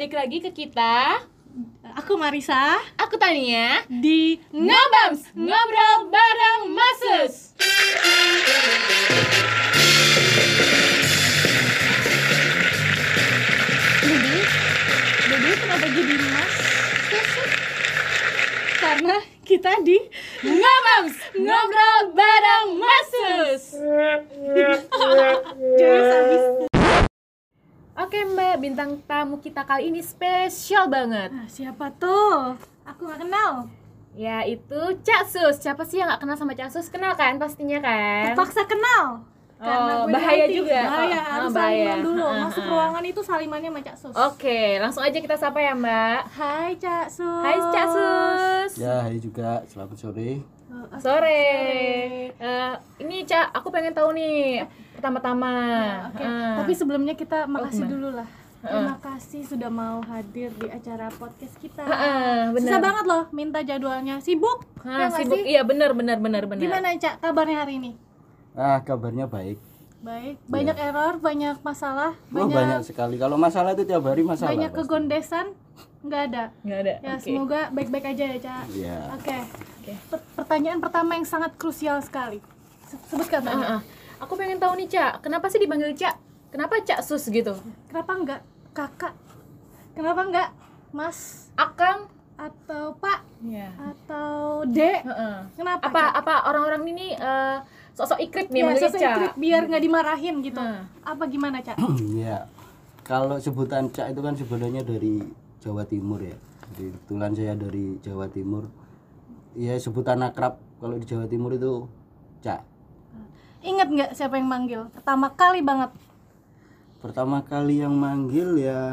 balik lagi ke kita. Aku Marisa. Aku Tania. Di Ngobams, ngobrol bareng Masus. Jadi kenapa jadi Mas? Karena kita di Ngobams, ngobrol bareng Masus. Jangan habis. Oke Mbak, bintang tamu kita kali ini spesial banget. Nah, siapa tuh? Aku gak kenal. Yaitu Cak Sus. Siapa sih yang gak kenal sama Cak Sus? Kenal kan pastinya kan? Terpaksa kenal. Oh, gue bahaya nanti. juga. Bahaya, Oh, harus bahaya. saliman dulu. Masuk ruangan itu salimannya sama Cak Sus. Oke, langsung aja kita sapa ya Mbak. Hai Cak Sus. Hai Cak Sus. Ya, hai juga. Selamat sore. Sore. Ini Cak, aku pengen tahu nih pertama-tama. Oke. Tapi sebelumnya kita makasih gimana? dulu lah. Terima kasih sudah mau hadir di acara podcast kita. Bener. Susah banget loh minta jadwalnya. Sibuk? Ya nggak Sibuk. sih? Iya, benar. Gimana Cak kabarnya hari ini? Kabarnya baik. Baik. Banyak error, banyak masalah, Banyak sekali. Kalau masalah itu tiap hari masalah. banyak pasti. kegondesan. Nggak ada. Nggak ada. Ya Oke. semoga baik-baik aja ya Cak. Iya. Oke. Oke. Pertanyaan pertama yang sangat krusial sekali. Sebutkan Tanya. Aku pengen tahu nih Cak, kenapa sih dipanggil Cak? Kenapa Cak Sus gitu? Kenapa enggak kakak? Kenapa enggak Mas Akang? atau Pak Iya. atau Dek? Kenapa? Apa orang-orang ini sosok ikrip nih Ya, manggilnya sosok Cak? ikrip biar nggak dimarahin gitu. Heeh. Apa gimana Cak? Iya. Kalau sebutan Cak itu kan sebenarnya dari Jawa Timur ya. Jadi kebetulan saya dari Jawa Timur. Ya sebutan akrab kalau di Jawa Timur itu Cak. Ingat nggak siapa yang manggil? Pertama kali banget. Pertama kali yang manggil ya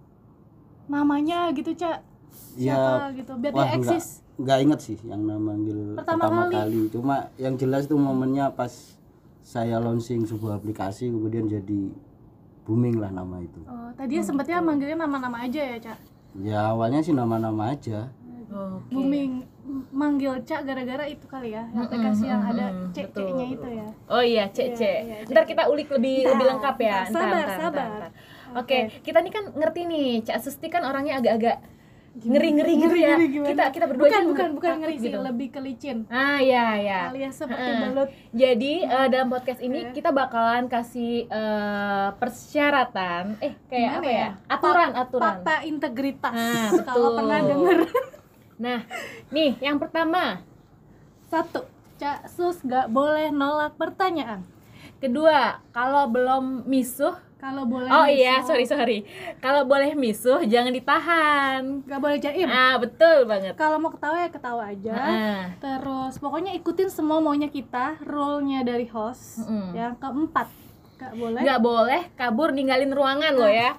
Namanya gitu Cak. Siapa gitu? Biar dia eksis. Enggak inget sih yang manggil Pertama kali. Cuma yang jelas itu momennya pas saya launching sebuah aplikasi kemudian jadi booming lah nama itu. Oh, tadinya sempatnya manggilnya nama-nama aja ya Cak. Ya awalnya sih nama-nama aja. Oke. Booming manggil Cak gara-gara itu kali ya, aplikasi yang ada cek-ceknya itu ya. Oh iya, Cek. Iya, Ntar kita ulik lebih lengkap ya. Sabar. Oke, kita nih kan ngerti nih, Cak Susti kan orangnya agak-agak ngeri gitu ya. Gimana? Kita berdua aja bukan takut ngeri sih, gitu. lebih ke licin. Iya. Alias seperti balut. Jadi dalam podcast ini kita bakalan kasih persyaratan, kayak Gimana apa ya? Aturan. Fakta integritas. Nah, Kalau betul. pernah denger. Nah, nih yang pertama. 1. Cak Sus gak boleh nolak pertanyaan. Kedua, kalau belum misuh. Kalau boleh Oh iya, misuh. sorry. Kalau boleh misuh jangan ditahan. Gak boleh jaim. Betul banget. Kalau mau ketawa ya ketawa aja. Terus pokoknya ikutin semua maunya kita, rule-nya dari host. Yang keempat, gak boleh kabur ninggalin ruangan loh ya.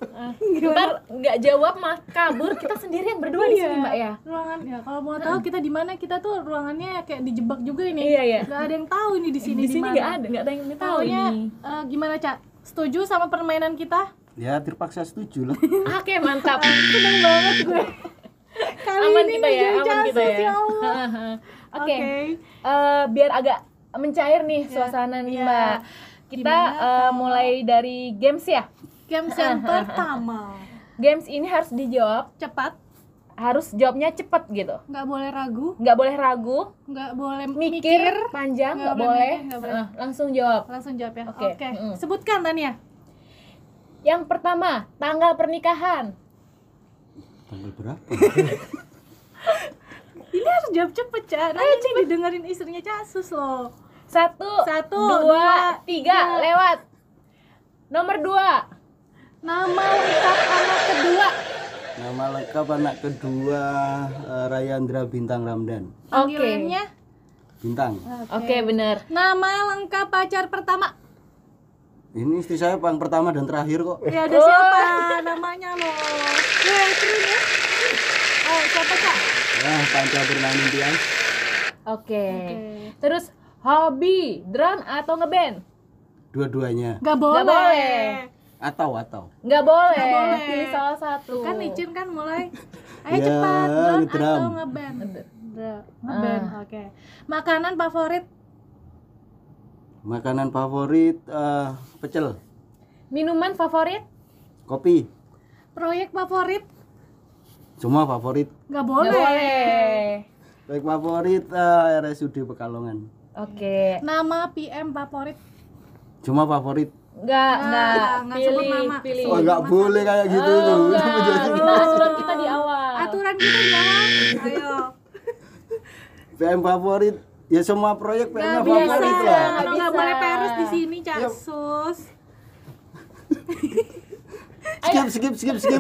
Ntar nggak jawab mah kabur, kita sendirian berdua di sini Mbak ya. Ruangan ya, kalau mau tahu kita di mana, kita tuh ruangannya kayak dijebak juga ini. Iya. Gak ada yang tahu ini di sini. Di sini nggak ada yang tahu Pokoknya, ini. Gimana Cak? Setuju sama permainan kita? Ya terpaksa setuju lah. Oke, mantap. Seneng banget gue. Kali Aman ini kita ya, menjadi aman kita casus, ya. Allah. Oke. Biar agak mencair nih suasana nih Mbak. Kita mulai dari games ya. Games yang pertama. Games ini harus dijawab Cepat, harus jawabnya cepet gitu, nggak boleh ragu, nggak boleh ragu, nggak boleh mikir panjang, nggak boleh, mikir, nggak boleh. langsung jawab. Langsung jawab ya. Oke. Oke. Sebutkan Tania. Yang pertama, tanggal pernikahan. Tanggal berapa? Ini harus jawab cepet Cak. Nanti didengerin istrinya Casus loh. Satu, dua, tiga, lewat. Nomor 2. Nama lengkap anak kedua. Nama lengkap anak kedua Rayandra Bintang Ramdan. Panggilannya? Bintang. Oke, benar. Nama lengkap pacar pertama. Ini istri saya yang pertama dan terakhir kok. Ya ada siapa namanya loh. Keren ya. Oh, siapa Cak? Panca Purnanitian. Oke. Terus hobi, drum atau ngeband? Dua-duanya. Gak boleh. Nggak boleh. Atau. Nggak boleh. Nggak boleh. Pilih salah satu. Kan licin kan mulai. Ayo Ya, cepat, drum ngedrum. atau ngeband? Ngeband. Oke. Makanan favorit? Makanan favorit pecel, Minuman favorit? kopi, Proyek favorit? Semua favorit. Nggak Nggak boleh. boleh. Proyek favorit RSUD Pekalongan. Oke. Nama PM favorit? Cuma favorit. Nggak nggak sebut nama. pilih. Oh, nggak boleh kayak gitu tuh. Enggak. Kita aturan kita di awal. Aturan kita jawab. Ayo. PM favorit. Ya semua proyek PM-nya Nggak bisa. favorit lah. Kalau nggak bisa. boleh peres di sini, Cak Yuk. Sus. Skip.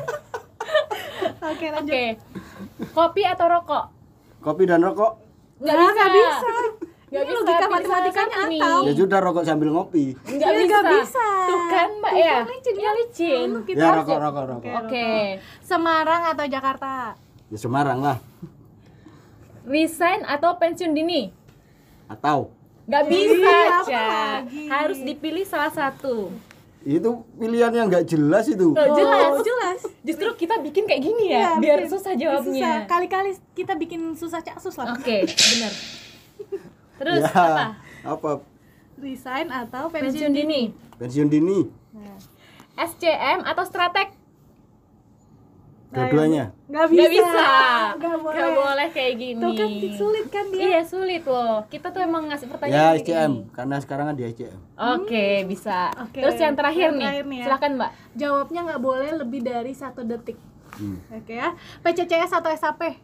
Oke, lanjut. Oke. Kopi atau rokok? Kopi dan rokok. Nggak Nggak bisa. Nggak Ini bisa. logika pilih matematikanya salah satu atau? nih. Ya sudah rokok sambil ngopi. Nggak Ya, bisa. nggak bisa. Tuh kan Mbak Tuh ya? kan licin. Iya licin. Kita Ya harus- rokok. Oke. Semarang atau Jakarta? Ya Semarang lah. Resign atau pensiun dini? Atau Nggak bisa, apa Ca. lagi? Harus dipilih salah satu. itu pilihan yang nggak jelas itu. Loh, jelas. Jelas. Justru kita bikin kayak gini Iya, ya, biar bikin- susah Susah. jawabnya. Kali-kali kita bikin susah Cak Sus lah. Oke, benar. Terus Ya, apa? apa? Resign atau Pensiun dini. Pensiun dini. Nah, SCM atau strateg? Dua-duanya. Nggak Nggak bisa. Nggak boleh. Nggak boleh kayak gini. Tuh kan sulit kan dia. Iya, sulit loh. Kita tuh emang ngasih Ya pertanyaan kayak SCM gini. karena sekarang kan di SCM. Oke, bisa. Oke, Terus yang terakhir yang nih. terakhir nih ya. Silakan, Mbak. Jawabnya nggak boleh lebih dari 1 detik. Hmm. Oke ya. PCCS atau SAP?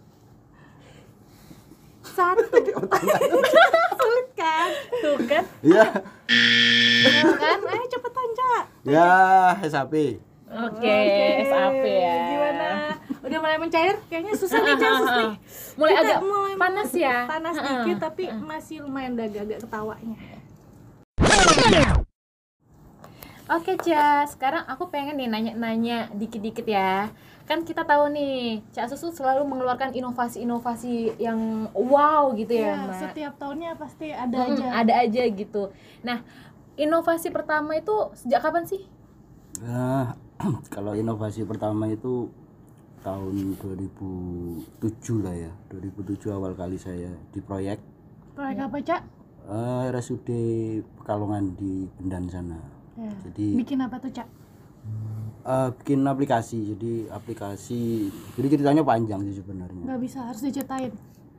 1. Sulit kan? Tuh kan. Iya. Tuh kan? Ayo cepetan, Cak. Ya SAP. Oke, SAP ya. Gimana? Udah mulai mencair? Kayaknya susah nih, Cak Sus nih. Mulai Kita agak mulai panas ya. Panas dikit tapi masih lumayan agak ketawanya. Oke, Ca. Sekarang aku pengen nih nanya-nanya dikit-dikit ya. Kan kita tahu nih, Cak Susu selalu mengeluarkan inovasi-inovasi yang wow gitu ya, Ya, Mbak. setiap tahunnya pasti ada Mm-mm, aja. ada aja gitu. Nah, inovasi pertama itu sejak kapan sih? Nah, kalau inovasi pertama itu tahun 2007 lah ya. 2007 awal kali saya di proyek Proyek apa, Cak? RSUD Pekalongan di Bendan sana. Ya. Jadi Bikin apa tuh, Cak? bikin aplikasi. Jadi ceritanya panjang sih sebenarnya. Nggak bisa, harus diceritain.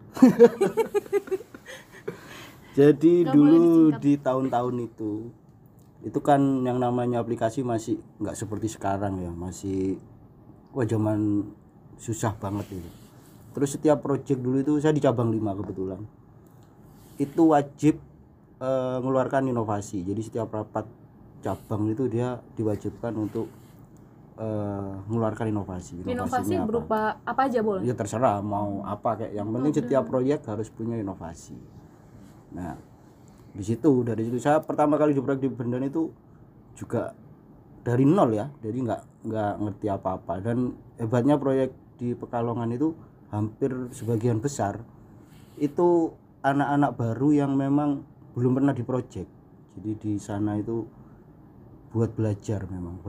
Jadi Nggak boleh dulu disingkat. di tahun-tahun itu kan yang namanya aplikasi masih nggak seperti sekarang ya, masih zaman susah banget itu. Terus setiap project dulu itu saya di cabang 5 kebetulan. Itu wajib mengeluarkan inovasi. Jadi setiap rapat cabang itu dia diwajibkan untuk mengeluarkan inovasi. Inovasi Inovasinya apa? berupa apa aja boleh? Ya terserah mau apa, kayak yang penting setiap proyek harus punya inovasi. Nah, dari situ saya pertama kali di proyek di Bendan itu juga dari nol ya, jadi nggak ngerti apa-apa. Dan hebatnya proyek di Pekalongan itu hampir sebagian besar itu anak-anak baru yang memang belum pernah di proyek. Jadi di sana itu buat belajar,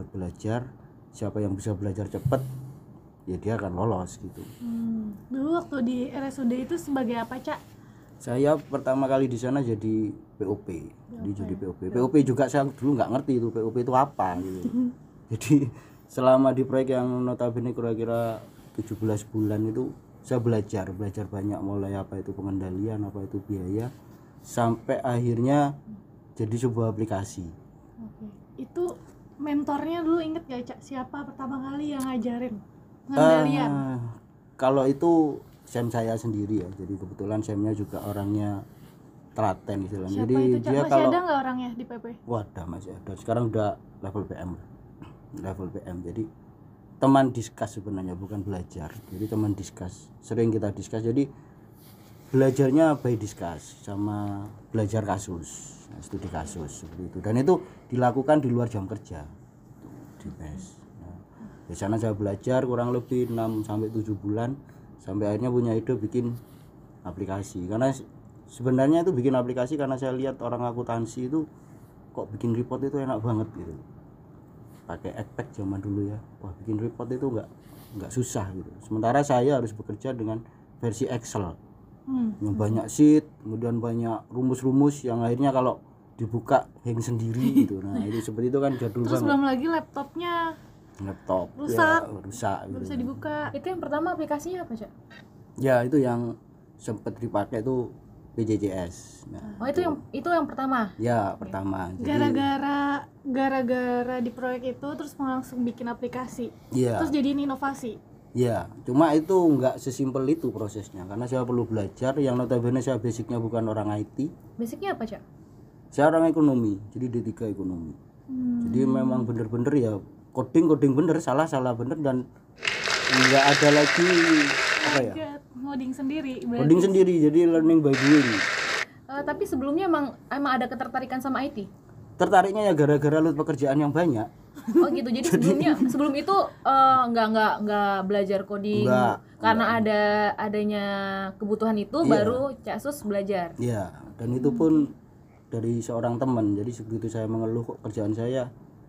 siapa yang bisa belajar cepat ya dia akan lolos gitu. Dulu waktu di RSUD itu sebagai apa, Cak? Saya pertama kali di sana jadi POP. Jadi POP. POP juga saya dulu nggak ngerti itu POP itu apa gitu. Jadi selama di proyek yang notabene kira-kira 17 bulan itu saya belajar banyak, mulai apa itu pengendalian, apa itu biaya, sampai akhirnya jadi sebuah aplikasi. Oke. Itu mentornya dulu inget gak, Cak? Siapa pertama kali yang ngajarin Eh, pengendalian? kalau itu Sam saya sendiri ya, jadi kebetulan Samnya juga orangnya telaten istilahnya. Siapa Jadi itu, Cak? dia Masih kalau ada nggak orangnya di PP? wadah masih ada, sekarang udah level PM. Jadi teman diskus sebenarnya, bukan belajar. Jadi teman diskus, sering kita diskus. Jadi belajarnya by diskus sama belajar kasus, studi kasus seperti itu. Dan itu dilakukan di luar jam kerja di PES. Nah, di sana saya belajar kurang lebih 6 sampai 7 bulan sampai akhirnya punya ide bikin aplikasi. Karena sebenarnya itu bikin aplikasi karena saya lihat orang akuntansi itu kok bikin report itu enak banget gitu. Pakai Ekpek zaman dulu ya. Wah, bikin report itu enggak susah gitu. Sementara saya harus bekerja dengan versi Excel. Yang banyak sheet, kemudian banyak rumus-rumus yang akhirnya kalau dibuka hang sendiri gitu. Nah, itu seperti itu kan jadul Terus banget. belum lagi laptopnya laptop rusak, ya, rusak nggak gitu. bisa dibuka. Itu yang pertama aplikasinya apa, Cak? Ya itu yang sempat dipakai tuh PJJS. Nah, Oh, itu yang pertama. ya pertama. Jadi Gara-gara di proyek itu terus mau langsung bikin aplikasi. ya, Terus jadiin inovasi. ya, cuma itu nggak sesimpel itu prosesnya karena saya perlu belajar yang notabene saya basicnya bukan orang IT. Basicnya apa, Cak? Saya orang ekonomi, jadi D3 ekonomi. Jadi memang bener-bener ya coding bener, salah bener, dan nggak ada lagi apa ya, Ngoding sendiri berarti. coding sendiri, jadi learning by doing. Tapi sebelumnya emang ada ketertarikan sama IT? Tertariknya ya gara-gara lu pekerjaan yang banyak. Oh gitu. Jadi sebelum itu nggak belajar coding. Karena adanya kebutuhan itu baru Cak Sus belajar. Iya, dan itu pun dari seorang teman. Jadi segitu saya mengeluh kok kerjaan saya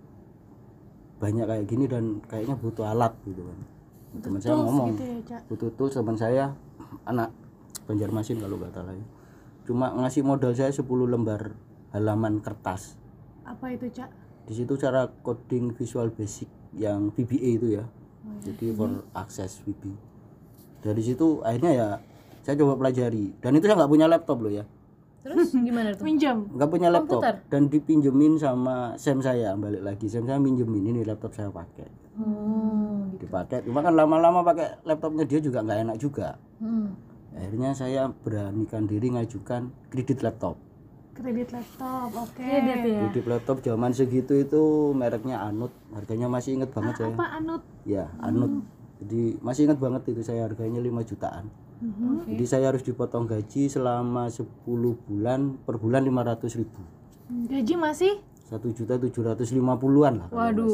banyak kayak gini dan kayaknya butuh alat gitu kan. Teman saya ngomong gitu ya, Cak? butuh tools. Teman saya anak Banjarmasin kalau nggak salah ya, cuma ngasih modal saya 10 lembar halaman kertas. Apa itu, Cak? Di situ cara coding Visual Basic yang VBA itu ya. Jadi for access VB. Dari situ akhirnya ya saya coba pelajari, dan itu saya nggak punya laptop loh ya. Terus gimana tuh? Minjam. Nggak punya laptop. Komputer? Dan dipinjemin sama Sam saya, balik lagi Sam saya minjemin, ini laptop saya pakai. Gitu. Dipakai, cuma kan lama-lama pakai laptopnya dia juga nggak enak juga. Akhirnya saya beranikan diri ngajukan kredit laptop. Kredit laptop, oke. Kredit ya. Kredit laptop zaman segitu itu mereknya Anut, harganya masih inget banget saya. Apa Anut? Ya Anut. Jadi masih inget banget itu, saya harganya 5 jutaan. Jadi saya harus dipotong gaji selama 10 bulan, per bulan 500.000. Gaji masih 1.750.000-an lah. Waduh.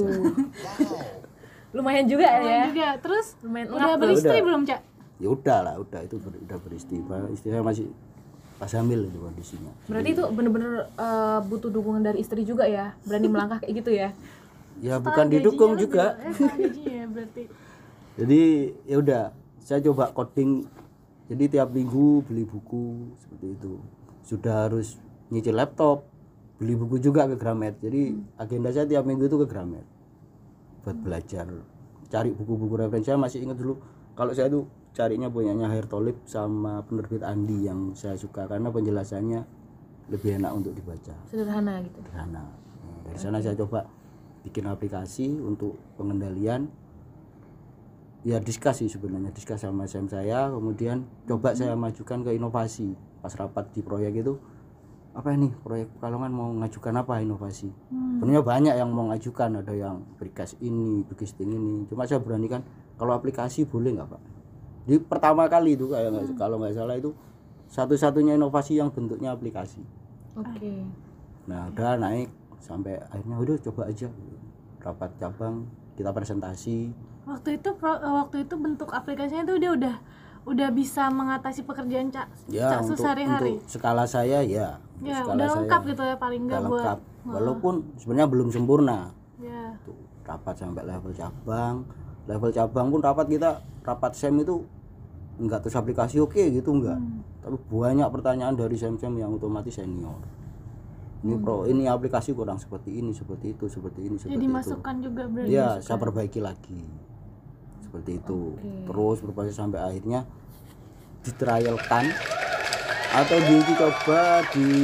Lumayan juga ya. lumayan juga. Terus Lumayan udah ngap beristri Udah. belum, Cak? Ya udah lah, udah itu udah beristri. Istri saya masih pas hamil itu kondisinya. Berarti itu bener-bener butuh dukungan dari istri juga ya, berani melangkah kayak gitu ya. Ya bukan didukung juga. Gajinya berarti. Jadi ya udah, saya coba coding. Jadi tiap minggu beli buku seperti itu. Sudah harus nyicil laptop, beli buku juga ke Gramet. Jadi agenda saya tiap minggu itu ke Gramet buat belajar, cari buku-buku referensi. Saya masih ingat dulu kalau saya tuh carinya punyanya Hair Tolib sama penerbit Andi yang saya suka karena penjelasannya lebih enak untuk dibaca. Sederhana gitu. Sederhana. Nah, dari sana saya coba bikin aplikasi untuk pengendalian. Ya diskus sih sebenarnya, diskus sama Sam saya, kemudian coba saya majukan ke inovasi. Pas rapat di proyek itu, apa ini proyek Pekalongan mau ngajukan apa inovasi? Sebenarnya banyak yang mau ngajukan, ada yang Bricast ini, Bikisting ini. Cuma saya beranikan kalau aplikasi boleh nggak Pak? Di pertama kali itu kayak kalau nggak salah itu satu-satunya inovasi yang bentuknya aplikasi. Oke. Nah udah naik sampai akhirnya udah coba aja. Rapat cabang kita presentasi. Waktu itu bentuk aplikasinya itu dia udah bisa mengatasi pekerjaan Cak Sus sehari-hari. Untuk skala saya ya. Ya, skala udah lengkap saya, gitu ya paling enggak udah buat. lengkap. Walaupun sebenarnya belum sempurna. Ya. Tuh, rapat sampai level cabang. Level cabang pun rapat SEM itu enggak terus aplikasi oke gitu enggak. Tapi banyak pertanyaan dari SEM-SEM yang otomatis senior. Ini aplikasi kurang seperti ini, seperti itu, seperti ini, seperti Jadi itu. masukkan juga berarti. Ya, saya perbaiki lagi. Seperti itu. Terus berproses sampai akhirnya ditrialkan atau diuji coba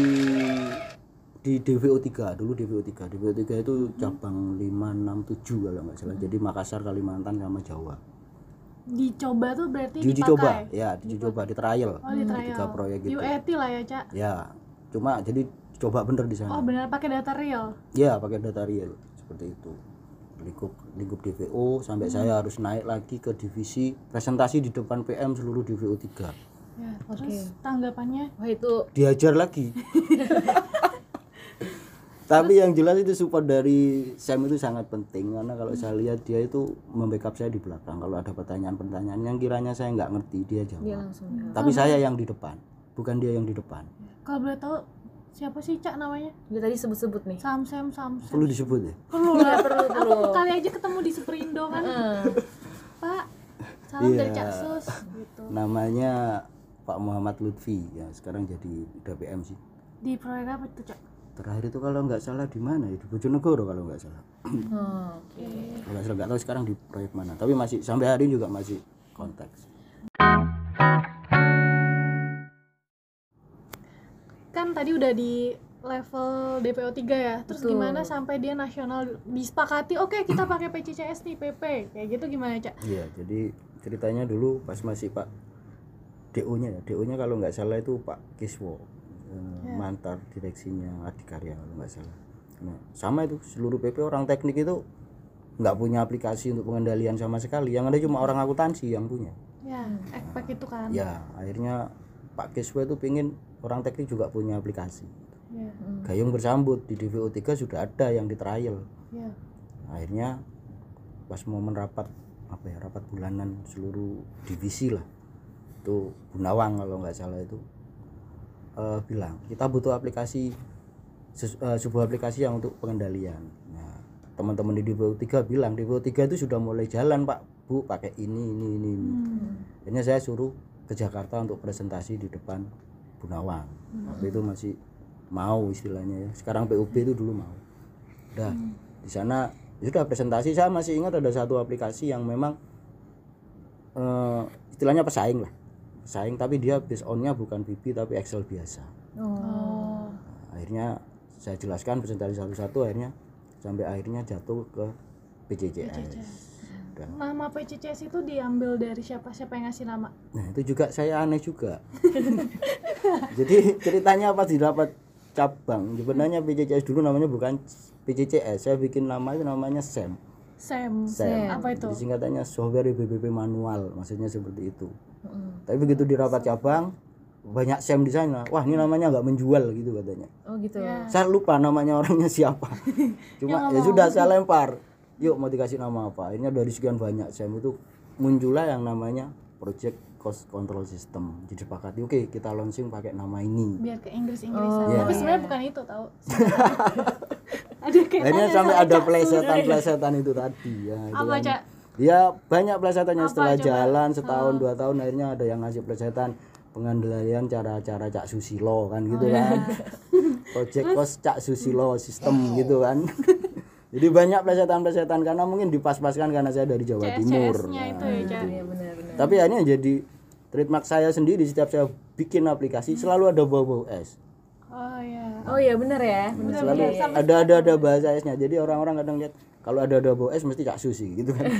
di DVO3 dulu. DVO3 itu cabang 567 kalau nggak salah. Jadi Makassar, Kalimantan sama Jawa. Dicoba tuh berarti Diuji dipakai. coba, ya, diuji coba, di trial. Di trial. 3 proyek gitu. UAT lah ya, Cak. Ya, cuma jadi coba bener di sana. Oh, benar pakai data real. Ya, pakai data real seperti itu. Lingkup DVO sampai saya harus naik lagi ke divisi presentasi di depan PM seluruh DVO 3. Ya, terus tanggapannya Wah itu Diajar lagi. Tapi yang jelas itu support dari Sam itu sangat penting karena kalau saya lihat dia itu membackup saya di belakang. Kalau ada pertanyaan-pertanyaan yang kiranya saya nggak ngerti dia jawab. dia langsung jawab. Tapi saya yang di depan, bukan dia yang di depan. kalau boleh tahu siapa sih Cak namanya? Dia tadi sebut-sebut nih. Samsem. Perlu disebut ya? Perlu lah. perlu. Aku kali aja ketemu di Superindo kan. Pak, salam Iya. dari Cak Sus gitu. Namanya Pak Muhammad Lutfi ya, sekarang jadi udah PM sih. Di proyek apa tuh, Cak? terakhir itu kalau nggak salah di mana ya, di Bojonegoro kalau nggak salah. Oke. Kalau nggak salah, nggak tahu sekarang di proyek mana, tapi masih sampai hari ini juga masih konteks. Kan tadi udah di level DPO 3 ya, terus Betul. gimana sampai dia nasional disepakati oke kita pakai PCCS nih PP kayak gitu gimana Cak? Iya, jadi ceritanya dulu pas masih Pak DO-nya ya, DO-nya kalau nggak salah itu Pak Kiswo, mantar direksinya Adikarya kalau nggak salah. Nah, sama itu seluruh PP orang teknik itu nggak punya aplikasi untuk pengendalian sama sekali, yang ada cuma orang akuntansi yang punya. Ya, ekpek itu kan. Ya, akhirnya Pak Kiswo itu pingin orang teknik juga punya aplikasi. Ya. Gayung bersambut di DPO 3 sudah ada yang di trial. Ya. Akhirnya pas momen rapat rapat bulanan seluruh divisi lah, itu Bunawang kalau nggak salah itu bilang kita butuh aplikasi sebuah aplikasi yang untuk pengendalian. Nah, teman-teman di DPO 3 bilang DPO 3 itu sudah mulai jalan Pak Bu pakai ini. Akhirnya saya suruh ke Jakarta untuk presentasi di depan Bunawang. Waktu itu masih mau istilahnya ya, sekarang PUB itu dulu mau. Udah di sana sudah presentasi, saya masih ingat ada satu aplikasi yang memang istilahnya pesaing tapi dia based on-nya bukan VB tapi Excel biasa. Nah, akhirnya saya jelaskan presentasi satu-satu, sampai akhirnya jatuh ke PCCS. Nama PCCS itu diambil dari siapa yang ngasih nama? Nah itu juga saya aneh juga. Jadi ceritanya pas di rapat cabang sebenarnya PCCS dulu namanya bukan PCCS, saya bikin nama itu namanya SEM. Apa itu? Jadi singkatannya software BPP manual, maksudnya seperti itu. Tapi begitu di rapat cabang banyak SEM di sana, wah ini namanya nggak menjual gitu katanya. Oh gitu. Ya. Saya lupa namanya orangnya siapa. Cuma ya sudah saya lempar, yuk mau dikasih nama apa. Akhirnya dari sekian banyak SEM itu muncullah yang namanya Project Cost Control System. Jadi sepakati oke kita launching pakai nama ini. Biar ke Inggris-Inggrisan. Yeah. Tapi sebenarnya bukan itu tahu. Ada kayak Akhirnya sampai ada plesetan itu tadi ya. Itu apa kan. Cak? Ya banyak plesetannya setelah coba? jalan setahun 2 tahun akhirnya ada yang ngasih plesetan pengendalian cara-cara Cak Susilo kan gitu kan. Project Cost Cak Susilo System gitu kan. Jadi banyak plesetan-plesetan karena mungkin dipas-paskan karena saya dari Jawa Timur. CS-nya itu ya Cak. Iya benar. Tapi akhirnya jadi trademark saya sendiri, setiap saya bikin aplikasi selalu ada bau-bau S. Oh ya. Oh iya benar ya. Selalu ada bahasa S-nya. Jadi orang-orang kadang lihat kalau ada bau S mesti Cak Susi gitu kan.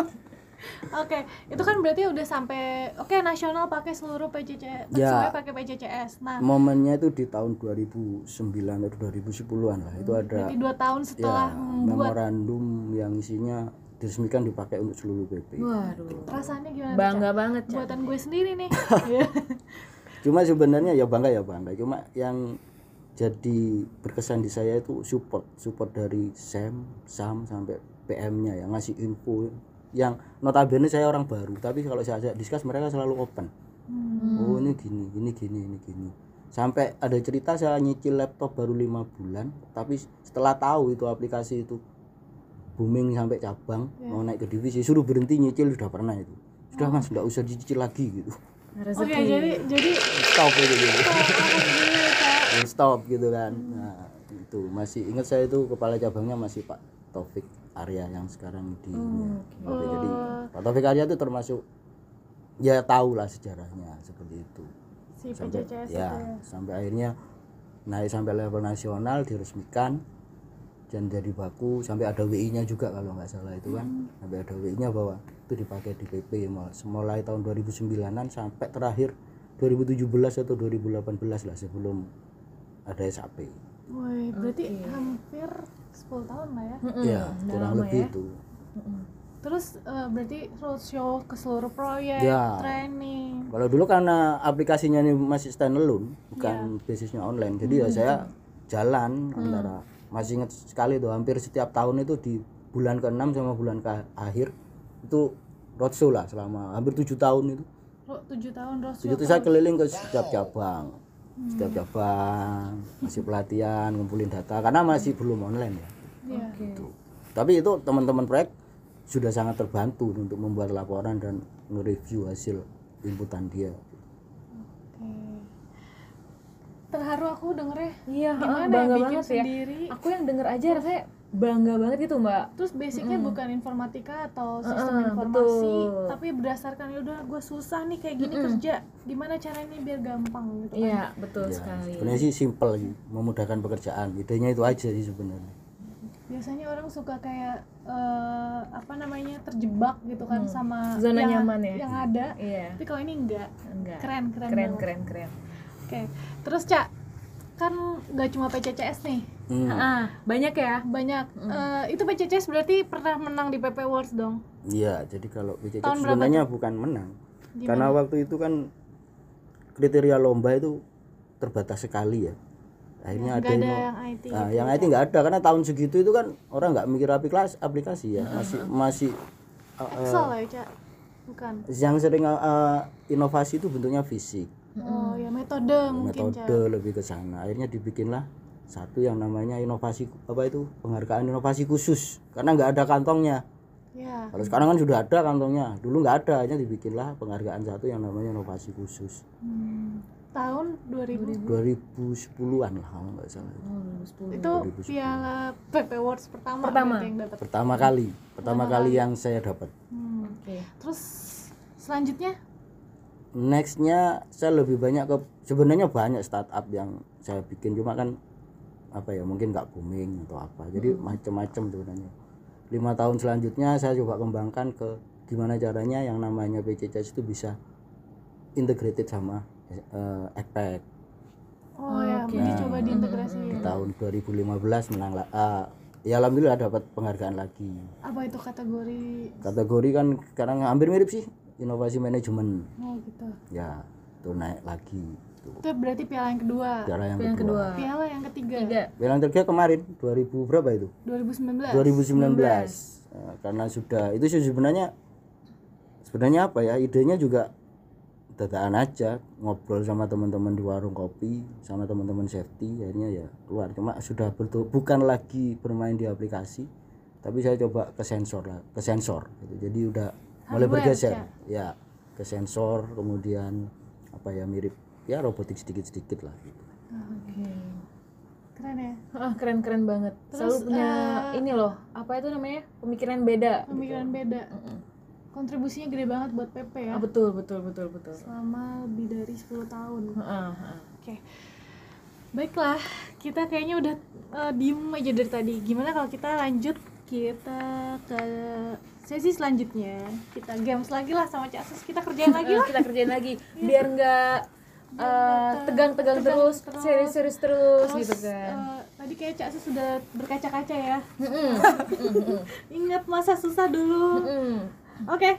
Oke, itu kan berarti udah sampai nasional pakai seluruh PCCS, Ya. semuanya pakai PCCS. Nah, Momennya itu di tahun 2009 atau 2010-an lah. Itu ada berarti 2 tahun setelah ya, membuat. memorandum yang isinya diresmikan dipakai untuk seluruh PP. Waduh. Perasaannya gimana? Bangga Cak? banget Cak. Buatan gue sendiri nih. Iya. Cuma sebenarnya ya bangga. Cuma yang jadi berkesan di saya itu support dari SEM, SAM sampai PM-nya yang ngasih info. Yang notabene saya orang baru, tapi kalau saya ajak diskus mereka selalu open. Oh ini gini. Sampai ada cerita saya nyicil laptop baru 5 bulan, tapi setelah tahu itu aplikasi itu booming sampai cabang, mau naik ke divisi, suruh berhenti nyicil sudah pernah itu. Sudah Mas, enggak usah dicicil lagi gitu. Oke, jadi Stop gitu. alhamdulillah Cak. Stop gitu kan. Nah, itu masih ingat saya itu kepala cabangnya masih Pak Taufik Arya yang sekarang di jadi Pak Taufik Arya itu termasuk ya tahu lah sejarahnya seperti itu. Si Sampai, PCCS itu ya, sampai akhirnya naik sampai level nasional diresmikan dan jadi baku sampai ada WI-nya juga kalau nggak salah itu kan. Sampai ada WI-nya bahwa itu dipakai di PP mulai tahun 2009-an sampai terakhir 2017 atau 2018 lah sebelum ada SAP. Woi, berarti hampir 10 tahun lah ya. Ya, kurang lebih itu. Terus berarti roadshow ke seluruh proyek, Ya. training. Kalau dulu karena aplikasinya ini masih standalone, bukan basisnya online. Jadi ya saya jalan antara masih ingat sekali tuh hampir setiap tahun itu di bulan ke-6 sama bulan akhir itu roadshow lah selama hampir 7 tahun itu. 7 tahun roadshow. Jadi saya keliling ke setiap cabang. Setiap cabang masih pelatihan, ngumpulin data karena masih belum online ya. Iya. Gitu. Tapi itu teman-teman proyek sudah sangat terbantu untuk membuat laporan dan nge-review hasil inputan dia. terharu aku dengernya. Iya, gimana bangga bikin banget sendiri. Ya. Aku yang denger aja rasanya bangga banget gitu, Mbak. Terus basicnya bukan informatika atau sistem informasi, betul. tapi berdasarkan ya udah gue susah nih kayak gini kerja, gimana caranya biar gampang gitu kan. Iya, betul Ya, sekali. sebenarnya sih simple sih, memudahkan pekerjaan. Idenya itu aja sih sebenarnya. Biasanya orang suka kayak terjebak gitu kan sama zona nyaman ya. Yang ada. Iya. Tapi kalau ini enggak. Keren banget. Oke. Terus Cak, kan nggak cuma PCCS nih. Banyak ya? Banyak. Itu PCCS berarti pernah menang di PP Awards dong? Iya, jadi kalau PCCS Tahun sebenarnya bukan menang. Gimana? Karena waktu itu kan kriteria lomba itu terbatas sekali ya. Akhirnya Nggak ada yang IT. Yang IT nggak ada karena tahun segitu itu kan orang nggak mikir aplikasi ya, masih Excel ya, Cak? Bukan. yang sering inovasi itu bentuknya fisik. Oh, ya metode mungkin, Cak. Metode lebih ke sana. Akhirnya dibikinlah satu yang namanya penghargaan inovasi khusus karena nggak ada kantongnya. Ya. Kalau sekarang kan sudah ada kantongnya, dulu nggak ada, akhirnya dibikinlah penghargaan satu yang namanya inovasi khusus. Tahun 2000. 2010-an lah kalau nggak salah. 2010. Itu piala PP Awards pertama. yang dapat. Pertama kali yang saya dapat. Oke. Terus selanjutnya? Nextnya saya lebih banyak ke, sebenarnya banyak startup yang saya bikin, cuma kan mungkin nggak booming atau apa, jadi macam-macam sebenarnya. 5 tahun selanjutnya saya coba kembangkan ke gimana caranya yang namanya PCCS itu bisa integrated sama Ekpek. Oh ya, dicoba diintegrasi. Di tahun 2015 menang ya alhamdulillah dapat penghargaan lagi. Apa itu kategori? Kategori kan sekarang hampir mirip sih, inovasi manajemen. Oh gitu. Ya, itu naik lagi. Itu berarti piala yang kedua. Piala yang kedua. Piala yang ketiga. Piala yang ketiga kemarin 2000 berapa itu? 2019. 2019. Karena sudah itu sih sebenarnya apa ya, idenya juga dadaan aja, ngobrol sama teman-teman di warung kopi, sama teman-teman safety, akhirnya ya keluar. Cuma sudah bukan lagi bermain di aplikasi, tapi saya coba ke sensor gitu. Jadi udah mulai bergeser ya ke sensor, kemudian mirip ya robotik sedikit lah gitu. Oke. Keren ya. Keren banget. Terus, selalu punya ini loh, apa itu namanya, pemikiran beda. Beda. Kontribusinya gede banget buat PP ya. Betul. Selama lebih dari 10 tahun. Oke. Baiklah, kita kayaknya udah diem aja dari tadi. Gimana kalau kita lanjut, kita ke sesi selanjutnya. Kita games lagi lah sama Cak Sus. Kita kerjain lagi lah. Kita kerjain lagi biar nggak tegang terus, serius terus gitu kan. Tadi kayak Cak Sus sudah berkaca-kaca ya. Ingat masa susah dulu. Oke.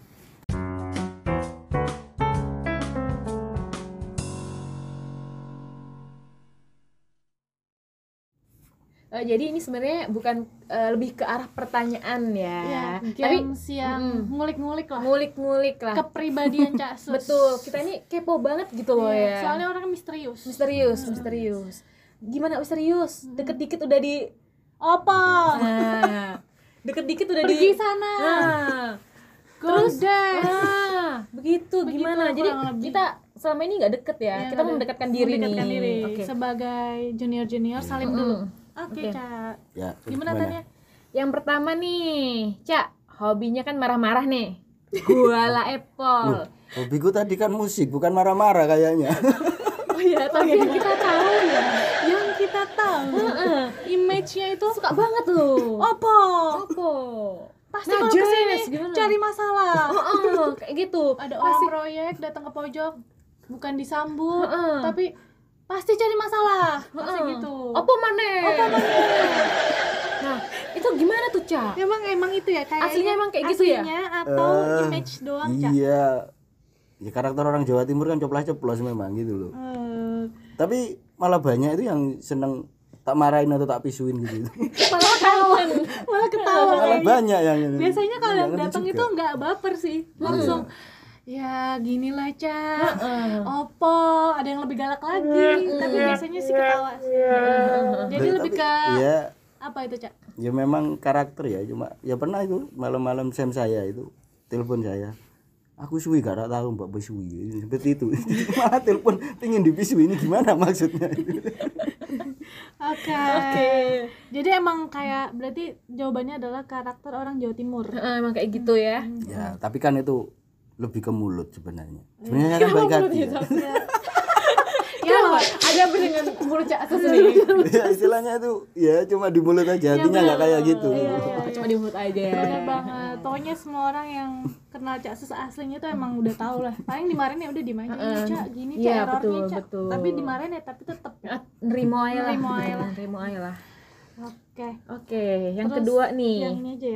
Jadi ini sebenarnya bukan lebih ke arah pertanyaan ya. Tapi yang ngulik-ngulik lah. Kepribadian Cak Sus. Betul. Kita ini kepo banget gitu loh ya. Soalnya orang misterius. Gimana misterius? Deket-dikit udah di apa? Deket-dikit udah pergi sana. Terus begitu gimana? Jadi kita selama ini nggak deket ya. Kita mendekatkan diri nih. Okay. Sebagai junior salim dulu. Oke, Cak. Ya, gimana tanya? Yang pertama nih, Cak, hobinya kan marah-marah nih. Guala Apple. Hobiku tadi kan musik, bukan marah-marah kayaknya. Oh iya, tapi yang kita tahu ya. Yang kita tahu. Image-nya itu suka banget loh. Apa? Pasti kalau kesini cari masalah. Kayak gitu. Ada orang proyek datang ke pojok, bukan disambut, tapi pasti cari masalah. Pasti gitu. Apa maneh? Nah, itu gimana tuh, Cak? Emang itu ya kayak aslinya emang kayak gitu ya? Atau image doang, Cak? Iya. Ya karakter orang Jawa Timur kan coplos-coplos memang gitu loh. Tapi malah banyak itu yang seneng tak marahin atau tak pisuin gitu. malah ketawa. Malah banyak yang ini. Biasanya kalau yang datang itu nggak baper sih, langsung ya gini lah, Cak. Opo, ada yang lebih galak lagi, tapi biasanya sih ketawa sih. Jadi lebih ke apa itu, Cak? Ya memang karakter ya, cuma ya pernah itu malam-malam saya itu telepon saya. aku suwi gak tahu mbak suwi seperti itu. Malah telepon pengen dipisui, ini gimana maksudnya? Oke. Jadi emang kayak berarti jawabannya adalah karakter orang Jawa Timur. Emang kayak gitu ya. Ya tapi kan itu lebih ke mulut sebenarnya saya kan baik hati ya. Ya ada apa dengan mulut Cak Asus nih? Ya istilahnya itu ya cuma di mulut aja, hatinya nggak kayak gitu. Cuma di mulut aja. Bener banget. Pokoknya semua orang yang kenal Cak Sus aslinya tuh emang udah tahu lah. Paling dimarahin ya udah dimarahin, Cak gini Cak errornya Cak. betul. Tapi dimarahin ya tapi tetap Nerimo aja lah. Nerimo aja lah. Oke. Oke. Yang Terus, kedua nih. Yang ini aja ya.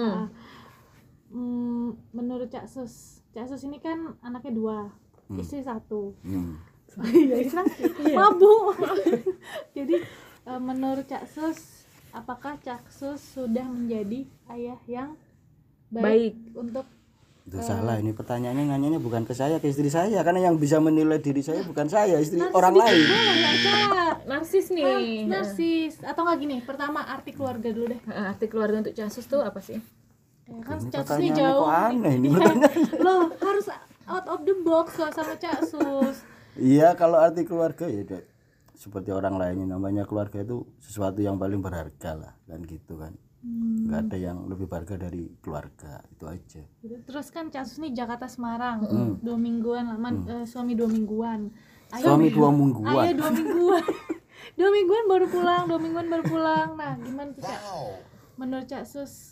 Menurut Cak Sus ini kan anaknya 2, istri 1. Iya, istri mabuk. Jadi menurut Cak Sus, apakah Cak Sus sudah menjadi ayah yang baik untuk Itu salah, ini pertanyaannya nanyanya bukan ke saya, ke istri saya, karena yang bisa menilai diri saya bukan saya, istri orang lain. Narsis nih. Narsis atau nggak gini? Pertama arti keluarga dulu deh. Arti keluarga untuk Cak Sus tuh apa sih? Ya kan Ini Cak Sus ini pertanyaannya jauh. kok aneh ini pertanyaan. Loh, harus out of the box kalau sama Cak Sus. Iya, kalau arti keluarga ya udah seperti orang lainnya, namanya keluarga itu sesuatu yang paling berharga lah, kan gitu kan. Nggak ada yang lebih berharga dari keluarga, itu aja. Terus kan Cak Sus nih Jakarta Semarang, 2 mingguan lah, suami 2 mingguan. Suami 2 mingguan. Ayah 2 mingguan. 2 mingguan baru pulang. Nah, gimana tuh Cak? Menurut Cak Sus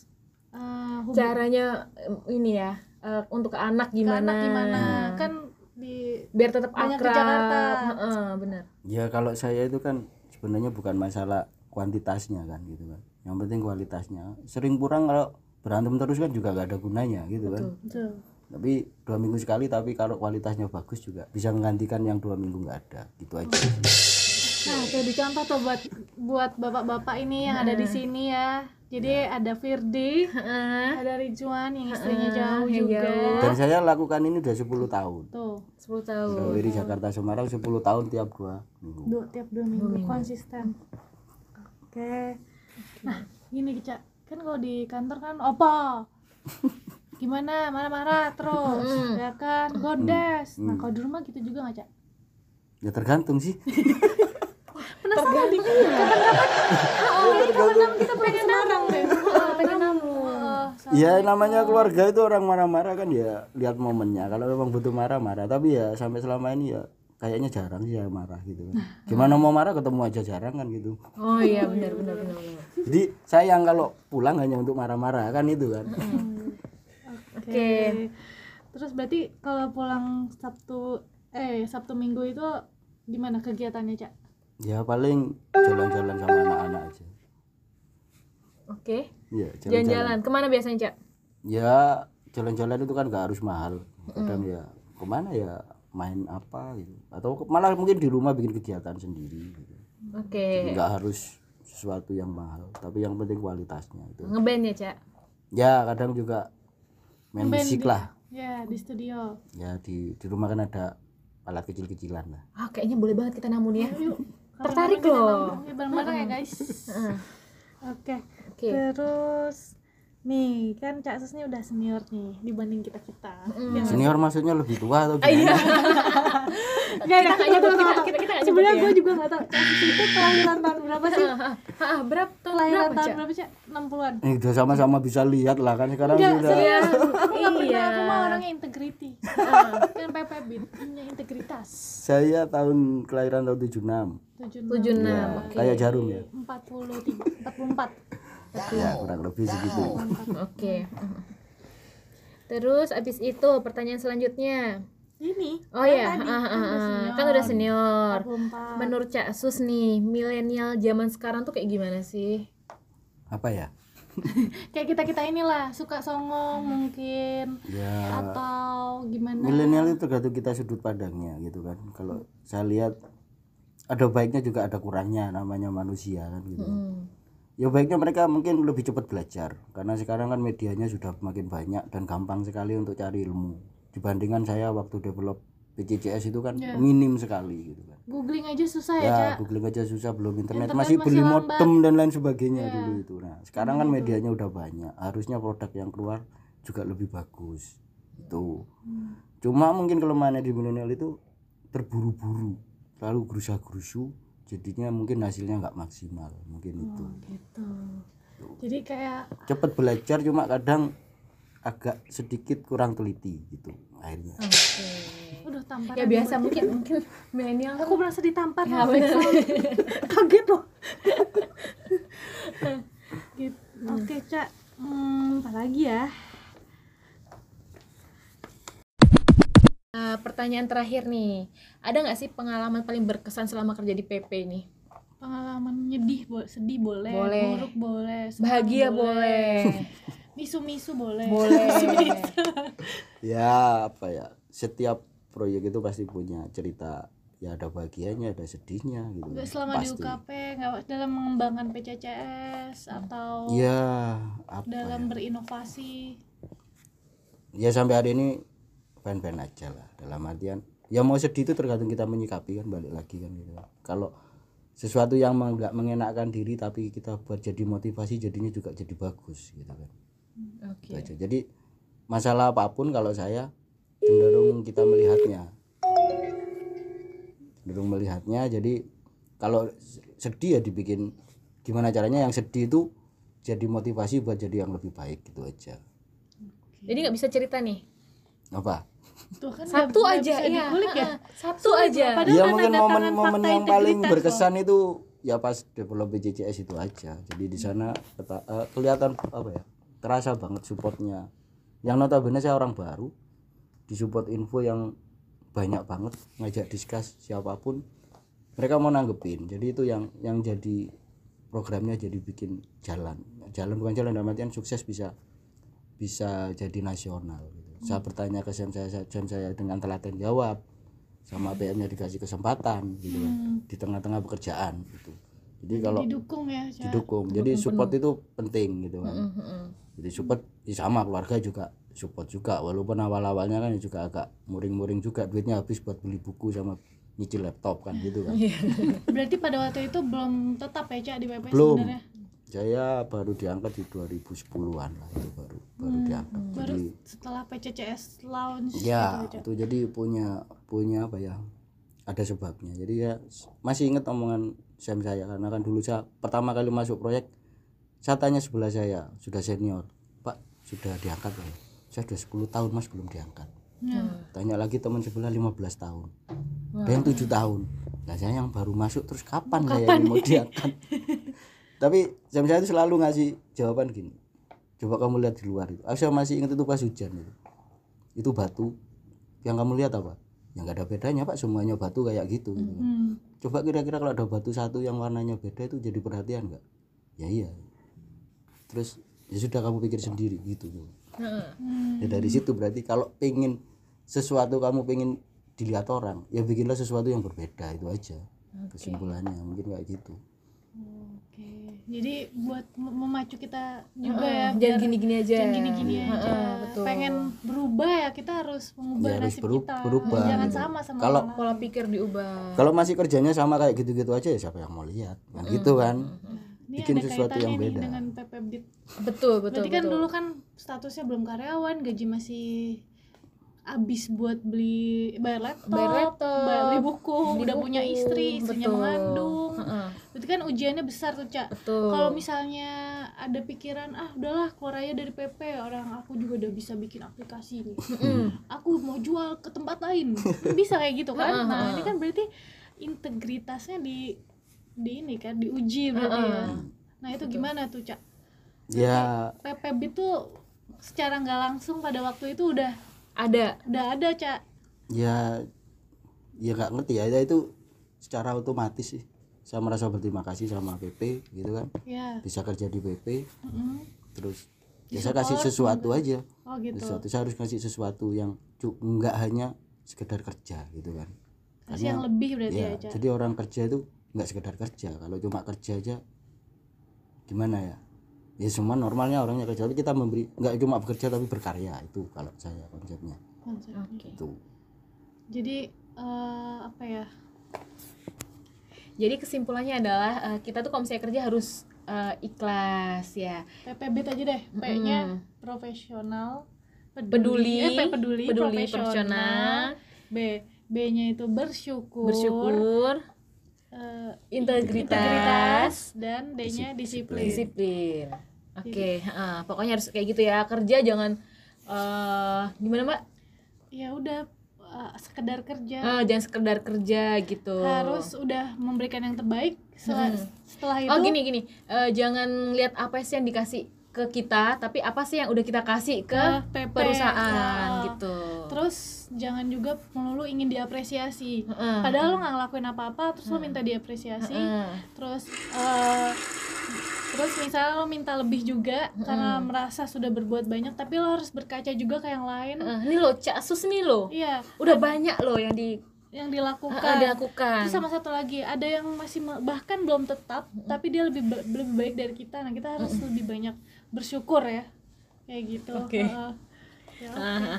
caranya ini ya, untuk ke anak gimana? Kan biar tetap banyak akrab. di Jakarta. Benar. Ya kalau saya itu kan sebenarnya bukan masalah kuantitasnya kan gitu kan. Yang penting kualitasnya. Sering kurang kalau berantem terus kan juga gak ada gunanya gitu kan. Betul. Tapi 2 minggu sekali, tapi kalau kualitasnya bagus juga bisa menggantikan yang 2 minggu nggak ada, gitu aja. Nah, kayak dicontoh tuh buat bapak-bapak ini yang ada di sini ya. Jadi ada Firdi, ada Ridwan yang istrinya jauh juga. Dan saya lakukan ini udah 10 tahun. Tuh, 10 tahun. Dari Jakarta Semarang 10 tahun tiap 2 minggu. tiap 2 minggu konsisten. Oke. Nah, gini Cak, kan kalau di kantor kan opo. Gimana marah-marah terus, ya kan godes. Nah, kalau di rumah gitu juga nggak Cak? Ya tergantung sih. Penasaran nih. Kapan-kapan kita pengen Semarang deh. Pengen namu. Ya namanya keluarga itu orang marah-marah kan ya lihat momennya. Kalau memang butuh marah-marah, tapi ya sampai selama ini ya kayaknya jarang sih saya marah gitu kan. Gimana mau marah ketemu aja jarang kan gitu. Oh iya benar. Jadi sayang kalau pulang hanya untuk marah-marah kan itu kan. Oke. Terus berarti kalau pulang Sabtu Minggu itu gimana kegiatannya, Cak? Ya paling jalan-jalan sama anak-anak aja. Oke. Ya, Jalan-jalan. Kemana biasanya, Cak? Ya jalan-jalan itu kan gak harus mahal. Kadang ya kemana ya main apa gitu. Atau malah mungkin di rumah bikin kegiatan sendiri gitu. Oke. Nggak harus sesuatu yang mahal, tapi yang penting kualitasnya itu. Ngeband ya, Cak? Ya kadang juga main musik lah. Ya, di studio. Ya di rumah kan ada alat kecil-kecilan lah. Kayaknya boleh banget kita namun ya. Tertarik loh. Bareng-bareng ya, guys. Oke. Terus nih kan Cak Sus nih udah senior nih dibanding kita. Senior maksudnya lebih tua atau gimana? Iya. Kita sebenarnya gue juga nggak tahu Cak Sus itu kelahiran tahun berapa sih? Berapa? Kelahiran tahun berapa Cak? 60-an. Udah sama-sama bisa lihat lah kan sekarang Enggak, sudah. Aku mah orangnya integrity. Kan PPB punya integritas. Saya tahun kelahiran tahun 76. 76. Ya, kayak jarum ya. 44. Ya kurang lebih segitu. Oke. Terus abis itu pertanyaan selanjutnya. Ini. Oh ya, kan udah senior. 44. Menurut Cak Sus nih, milenial zaman sekarang tuh kayak gimana sih? Apa ya? Kayak kita inilah suka songong mungkin. Ya. Atau gimana? Milenial itu tergantung kita sudut pandangnya gitu kan. Kalau saya lihat ada baiknya juga ada kurangnya, namanya manusia kan gitu. Ya baiknya mereka mungkin lebih cepat belajar karena sekarang kan medianya sudah makin banyak dan gampang sekali untuk cari ilmu dibandingkan saya waktu develop PCCS itu kan minim sekali gitu kan. Googling aja susah ya, Cak. Googling aja susah, belum internet masih beli modem dan lain sebagainya dulu itu. Nah sekarang kan medianya udah banyak, harusnya produk yang keluar juga lebih bagus. itu. Cuma mungkin kelemahannya di milenial itu terburu-buru, terlalu gerusa-gerusu, jadinya mungkin hasilnya nggak maksimal, mungkin itu. Gitu. Jadi kayak Cepat belajar cuma kadang agak sedikit kurang teliti gitu akhirnya. udah tampar. Ya biasa mungkin milenial Aku merasa ditampar. Ya, loh. bener. Kaget loh. Gitu. Oke, Cak. Apa lagi ya? Pertanyaan terakhir nih, ada nggak sih pengalaman paling berkesan selama kerja di PP nih? Pengalaman nyedih, sedih boleh, Boleh. buruk boleh, senang Bahagia boleh. misu-misu boleh. Boleh. Ya apa ya, setiap proyek itu pasti punya cerita, ya ada bahagianya ada sedihnya gitu. Nggak selama di Pasti. UKP, nggak dalam mengembangkan PCCS atau Ya apa dalam ya? berinovasi. Ya sampai hari ini fan-fan aja lah, dalam artian ya mau sedih itu tergantung kita menyikapi kan, balik lagi kan gitu. Kalau sesuatu yang nggak mengenakkan diri tapi kita buat jadi motivasi, jadinya juga jadi bagus gitu kan. Oke. Itu aja. Jadi masalah apapun kalau saya cenderung kita melihatnya, jadi kalau sedih ya dibikin gimana caranya yang sedih itu jadi motivasi buat jadi yang lebih baik gitu aja. Jadi nggak bisa cerita nih. Apa? Tuh kan Satu nggak aja bisa ya. dikulik ya. Satu aja. Padahal Ya kan mungkin ada tangan momen-momen fakta yang paling integritas berkesan itu ya pas develop BCCS itu aja. Jadi di sana kelihatan apa ya, terasa banget supportnya. Yang notabene saya orang baru, disupport info yang banyak banget, ngajak diskus siapapun mereka mau nanggepin. Jadi itu yang jadi programnya, jadi bikin jalan bukan jalan dalam artian sukses bisa jadi nasional gitu. Saya bertanya ke Sam saya dengan telaten jawab, sama PM-nya dikasih kesempatan gitu kan, di tengah-tengah pekerjaan gitu. Jadi kalau didukung ya, Cak. didukung, jadi support itu penting gitu kan. Jadi support ya sama keluarga juga support juga, walaupun awal-awalnya kan juga agak muring-muring juga, duitnya habis buat beli buku sama nyicil laptop kan gitu kan. Berarti pada waktu itu belum tetap ya, Cak, di PP Belum. sebenarnya. Saya baru diangkat di 2010-an lah, itu baru diangkat. Baru Jadi setelah PCCS launch ya gitu, Cak. itu jadi punya apa ya, ada sebabnya. Jadi ya masih ingat omongan Sam saya, karena kan dulu saya pertama kali masuk proyek, saya tanya sebelah saya sudah senior, Pak sudah diangkat ya? Saya sudah 10 tahun Mas belum diangkat. Tanya lagi teman sebelah 15 tahun, dan 7 tahun. Nah saya yang baru masuk terus kapan saya ini mau diangkat? Tapi Sam saya itu selalu ngasih jawaban gini, coba kamu lihat di luar itu. Saya masih ingat itu pas hujan itu batu yang kamu lihat apa? Ya nggak ada bedanya Pak, semuanya batu kayak gitu. Coba kira-kira kalau ada batu satu yang warnanya beda itu jadi perhatian nggak? Ya iya. Terus ya sudah kamu pikir sendiri gitu. Ya dari situ berarti kalau pengen sesuatu, kamu pengen dilihat orang, ya bikinlah sesuatu yang berbeda, itu aja kesimpulannya, mungkin kayak gitu. Oke. Jadi buat memacu kita juga ya, Jangan biar gini-gini aja. jangan gini-gini aja. Betul. Pengen berubah ya, kita harus mengubah Ya, harus nasib berubah kita. Jangan gitu. sama sama Kalau- orang lain. Pola pikir diubah. Kalau masih kerjanya sama kayak gitu-gitu aja, ya siapa yang mau lihat kan gitu kan. Ini Bikin ada sesuatu kaitannya yang nih beda. dengan PPBIT. Betul. Berarti kan dulu kan statusnya belum karyawan, gaji masih habis buat bayar laptop, beli buku, udah punya istri, istrinya betul. mengandung. Heeh. Berarti kan ujiannya besar tuh, Cak. Betul. Kalau misalnya ada pikiran, udahlah keluar aja dari PP, orang aku juga udah bisa bikin aplikasi nih. Aku mau jual ke tempat lain. Bisa kayak gitu kan. Nah, ini kan berarti integritasnya di ini kan diuji berarti ya. Nah, itu gimana tuh, Cak? Ya PPB tuh secara nggak langsung pada waktu itu udah ada. ada, Cak. ya nggak ngerti ya, itu secara otomatis sih saya merasa berterima kasih sama PP gitu kan, Ya. bisa kerja di PP. Mm-mm. Terus ya saya kasih sesuatu aja, Oh gitu. sesuatu, saya harus kasih sesuatu yang nggak hanya sekedar kerja gitu kan. Kasih yang lebih berarti ya, Ya, Cak. jadi orang kerja itu nggak sekedar kerja. Kalau cuma kerja aja gimana ya, ya semua normalnya orangnya kerja, tapi kita memberi, nggak cuma bekerja tapi berkarya, itu kalau saya konsepnya Konsepnya. itu. Jadi apa ya? Jadi kesimpulannya adalah kita tuh kalau misalnya kerja harus ikhlas ya. PPB aja deh. P-nya profesional, peduli, profesional. profesional. B-nya itu bersyukur, Integritas, dan D-nya disiplin. disiplin. Oke, pokoknya harus kayak gitu ya. Kerja jangan gimana Mbak? Ya udah sekedar kerja. Jangan sekedar kerja gitu. Harus udah memberikan yang terbaik. Setelah itu Gini. Jangan lihat apa sih yang dikasih ke kita, tapi apa sih yang udah kita kasih ke PP. perusahaan gitu. Terus jangan juga melulu ingin diapresiasi. Padahal lo nggak ngelakuin apa-apa, terus lo minta diapresiasi. Terus misalnya lo minta lebih juga karena merasa sudah berbuat banyak, tapi lo harus berkaca juga ke yang lain. Ini lo Cak Sus nih lo. Iya. Udah banyak lo yang dilakukan. dilakukan. Terus sama satu lagi, ada yang masih bahkan belum tetap, tapi dia lebih baik dari kita. Nah, kita harus lebih banyak bersyukur ya. Kayak gitu. Oke. Ya,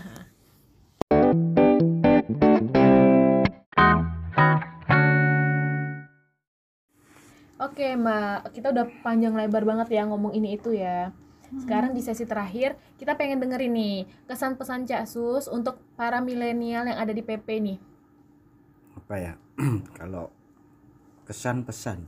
Oke Mbak, kita udah panjang lebar banget ya ngomong ini itu ya. Sekarang di sesi terakhir kita pengen dengerin nih kesan pesan Cak Sus untuk para milenial yang ada di PP nih. Apa ya? Kalau kesan pesan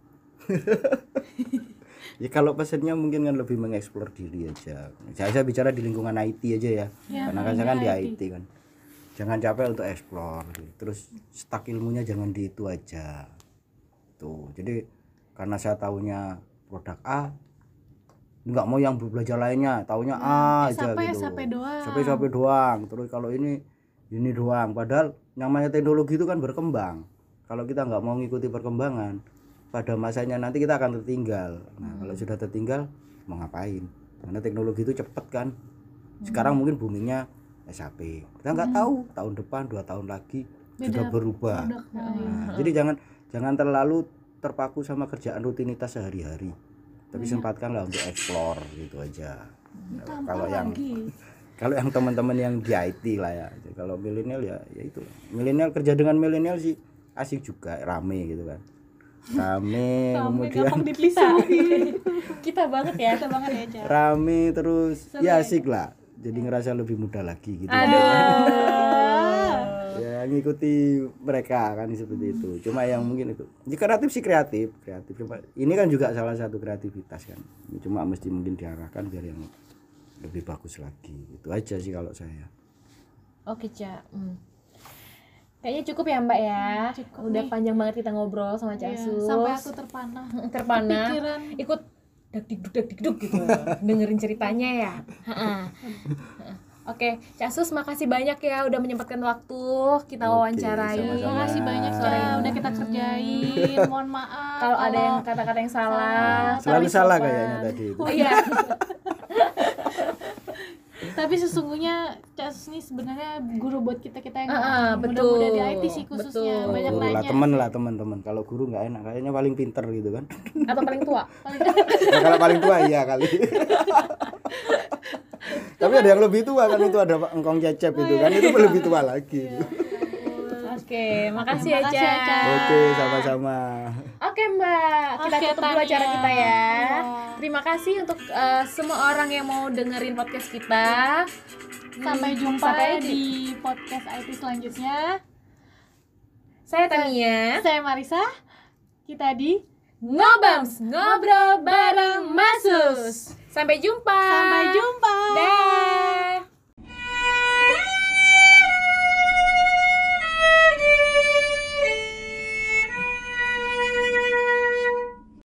ya kalau pesannya mungkin kan lebih mengeksplor diri aja. Saya bicara di lingkungan IT aja ya, karena kan saya kan di IT kan. Jangan capek untuk eksplor, terus stuck ilmunya jangan di itu aja. Tuh, jadi karena saya tahunya produk A, nggak mau yang belajar lainnya, tahunya A aja gitu. SAP doang. Terus kalau ini doang. Padahal namanya teknologi itu kan berkembang. Kalau kita nggak mau ngikuti perkembangan, pada masanya nanti kita akan tertinggal. Nah, kalau sudah tertinggal, mau ngapain? Karena teknologi itu cepat kan. Sekarang mungkin boomingnya SAP. Kita nggak tahu tahun depan, 2 tahun lagi sudah berubah. Nah, jadi jangan terlalu terpaku sama kerjaan rutinitas sehari-hari, tapi sempatkanlah untuk eksplor gitu aja. Kalau yang teman-teman yang di IT lah ya, kalau milenial ya itu milenial, kerja dengan milenial sih asik juga, rame gitu kan, rame kemudian Kita banget ya. Rame terus ya asik lah, jadi ngerasa lebih muda lagi gitu. Ya ngikuti mereka kan seperti itu. Cuma yang mungkin itu kreatif cuma ini kan juga salah satu kreativitas kan, cuma mesti mungkin diarahkan biar yang lebih bagus lagi. Itu aja sih kalau saya. Oke Cak, kayaknya cukup ya Mbak ya. Udah nih. Panjang banget kita ngobrol sama Cak Sus. Sampai aku terpana ikut dak-dik-duk gitu dengerin ceritanya ya. Oke, Cak Sus makasih banyak ya udah menyempatkan waktu kita wawancarai. Makasih banyak ya udah kita kerjain. Mohon maaf kalau ada yang kata-kata yang salah. Selalu salah kayaknya tadi itu. Oh iya. Tapi sesungguhnya Cak Sus ini sebenarnya guru buat kita yang muda-muda di IT sih khususnya. Betul. Banyak guru nanya. teman-teman. Kalau guru nggak enak, kayaknya paling pinter gitu kan. Atau paling tua. Nah, kalau paling tua iya kali. Tapi ada yang lebih tua kan, itu ada Pak Engkong Cecep itu kan, itu lebih tua lagi. Oke, makasih ya Cak. Oke, sama-sama. Oke Mbak, kita tutup dulu acara kita ya. Terima kasih untuk semua orang yang mau dengerin podcast kita. Sampai jumpa di podcast IT selanjutnya. Saya Tania. Saya Marisa. Kita di Ngobams, ngobrol bareng Masus. Sampai jumpa. Dah.